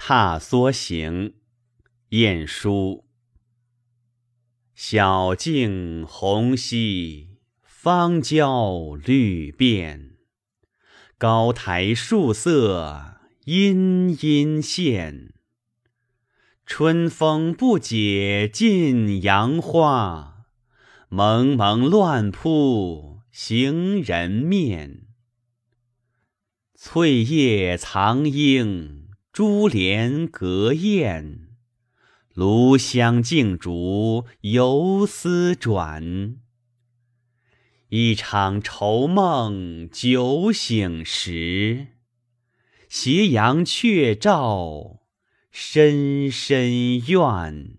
踏梭行，晏殊。晓镜红溪，芳郊绿遍。高台树色，阴阴现。春风不解近杨花，蒙蒙乱扑行人面。翠叶藏莺，珠帘隔燕。炉香镜烛，游丝转。一场愁梦酒醒时，斜阳却照深深怨。